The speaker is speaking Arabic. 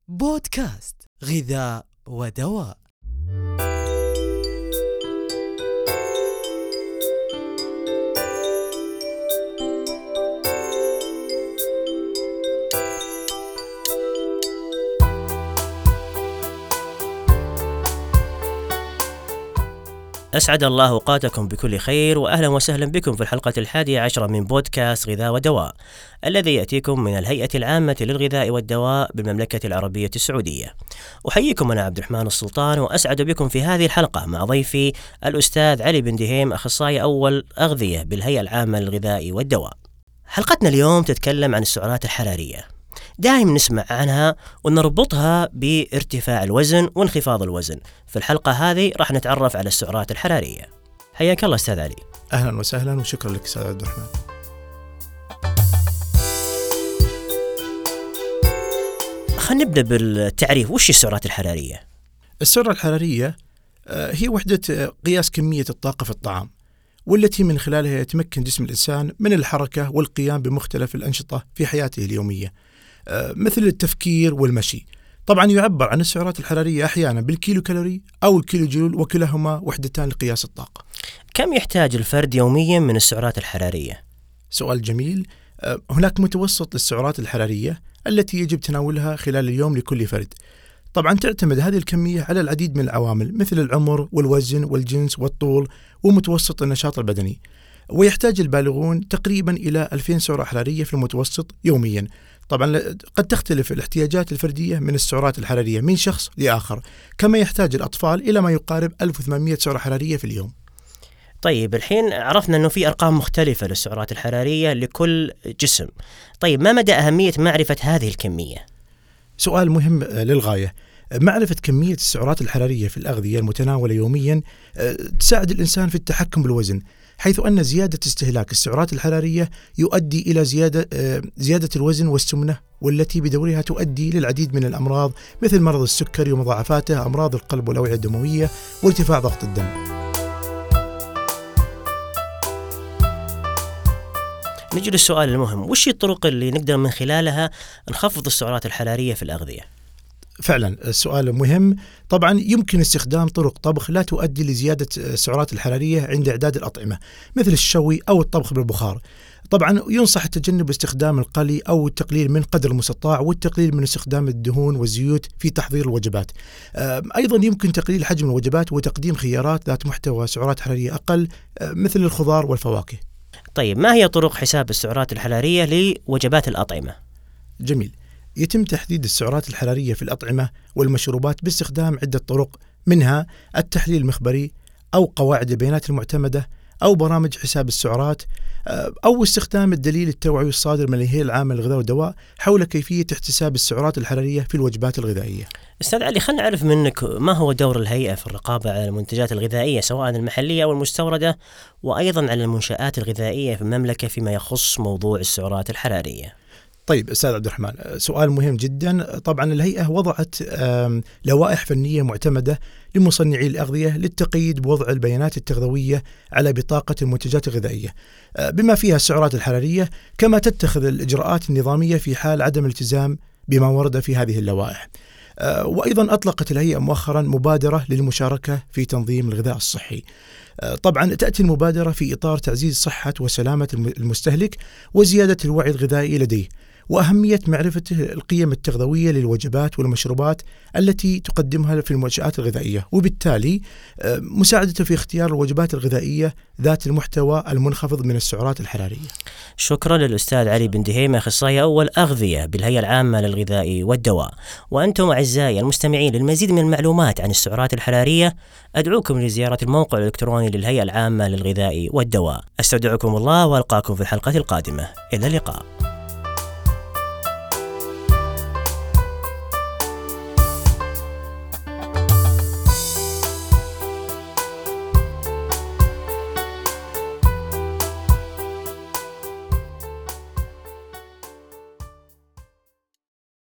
بودكاست غذاء ودواء. أسعد الله أوقاتكم بكل خير، وأهلا وسهلا بكم في الحلقة 11 من بودكاست غذاء ودواء الذي يأتيكم من الهيئة العامة للغذاء والدواء بالمملكة العربية السعودية. أحييكم أنا عبد الرحمن السلطان، وأسعد بكم في هذه الحلقة مع ضيفي الأستاذ علي بن دهيم، أخصائي أول أغذية بالهيئة العامة للغذاء والدواء. حلقتنا اليوم تتكلم عن السعرات الحرارية. دائما نسمع عنها ونربطها بارتفاع الوزن وانخفاض الوزن. في الحلقة هذه راح نتعرف على السعرات الحرارية. حياك الله أستاذ علي. أهلا وسهلا وشكرا لك أستاذ عبد الرحمن. خلينا نبدأ بالتعريف. وش السعرات الحرارية؟ السعرة الحرارية هي وحدة قياس كمية الطاقة في الطعام، والتي من خلالها يتمكن جسم الإنسان من الحركة والقيام بمختلف الأنشطة في حياته اليومية، مثل التفكير والمشي. طبعا يعبر عن السعرات الحرارية أحيانا بالكيلو كالوري أو الكيلو جول، وكلاهما وحدتان لقياس الطاقة. كم يحتاج الفرد يوميا من السعرات الحرارية؟ سؤال جميل. هناك متوسط للسعرات الحرارية التي يجب تناولها خلال اليوم لكل فرد. طبعا تعتمد هذه الكمية على العديد من العوامل مثل العمر والوزن والجنس والطول ومتوسط النشاط البدني، ويحتاج البالغون تقريبا إلى 2000 سعرة حرارية في المتوسط يوميا. طبعا قد تختلف الاحتياجات الفردية من السعرات الحرارية من شخص لآخر، كما يحتاج الأطفال إلى ما يقارب 1800 سعرة حرارية في اليوم. طيب الحين عرفنا أنه في أرقام مختلفة للسعرات الحرارية لكل جسم. طيب ما مدى أهمية معرفة هذه الكمية؟ سؤال مهم للغاية. معرفة كمية السعرات الحرارية في الأغذية المتناولة يوميا تساعد الإنسان في التحكم بالوزن، حيث أن زيادة استهلاك السعرات الحرارية يؤدي إلى زيادة الوزن والسمنة، والتي بدورها تؤدي للعديد من الأمراض مثل مرض السكري ومضاعفاته، أمراض القلب والأوعية الدموية، وارتفاع ضغط الدم. نجي للسؤال المهم، وش الطرق اللي نقدر من خلالها نخفض السعرات الحرارية في الأغذية؟ فعلا السؤال مهم. طبعا يمكن استخدام طرق طبخ لا تؤدي لزيادة السعرات الحرارية عند إعداد الأطعمة، مثل الشوي أو الطبخ بالبخار. طبعا ينصح تجنب استخدام القلي أو التقليل من قدر المستطاع، والتقليل من استخدام الدهون والزيوت في تحضير الوجبات. أيضا يمكن تقليل حجم الوجبات وتقديم خيارات ذات محتوى سعرات حرارية أقل، مثل الخضار والفواكه. طيب ما هي طرق حساب السعرات الحرارية لوجبات الأطعمة؟ جميل. يتم تحديد السعرات الحرارية في الأطعمة والمشروبات باستخدام عدة طرق، منها التحليل المخبري أو قواعد البيانات المعتمدة أو برامج حساب السعرات، أو استخدام الدليل التوعوي الصادر من الهيئة العامة للغذاء والدواء حول كيفية احتساب السعرات الحرارية في الوجبات الغذائية. أستاذ علي، خلنا نعرف منك ما هو دور الهيئة في الرقابة على المنتجات الغذائية سواء المحلية أو المستوردة، وأيضا على المنشآت الغذائية في المملكة فيما يخص موضوع السعرات الحرارية. طيب أستاذ عبد الرحمن، سؤال مهم جدا. طبعا الهيئة وضعت لوائح فنية معتمدة لمصنعي الأغذية للتقييد بوضع البيانات التغذوية على بطاقة المنتجات الغذائية بما فيها السعرات الحرارية، كما تتخذ الإجراءات النظامية في حال عدم الالتزام بما ورد في هذه اللوائح. وأيضا أطلقت الهيئة مؤخرا مبادرة للمشاركة في تنظيم الغذاء الصحي. طبعا تأتي المبادرة في إطار تعزيز صحة وسلامة المستهلك وزيادة الوعي الغذائي لديه، وأهمية معرفة القيم التغذوية للوجبات والمشروبات التي تقدمها في المنشآت الغذائية، وبالتالي مساعدته في اختيار الوجبات الغذائية ذات المحتوى المنخفض من السعرات الحرارية. شكرا للأستاذ علي بن دهيم، أخصائي أول أغذية بالهيئة العامة للغذاء والدواء. وأنتم أعزائي المستمعين للمزيد من المعلومات عن السعرات الحرارية أدعوكم لزيارة الموقع الإلكتروني للهيئة العامة للغذاء والدواء. أستودعكم الله وألقاكم في الحلقة القادمة. إلى اللقاء.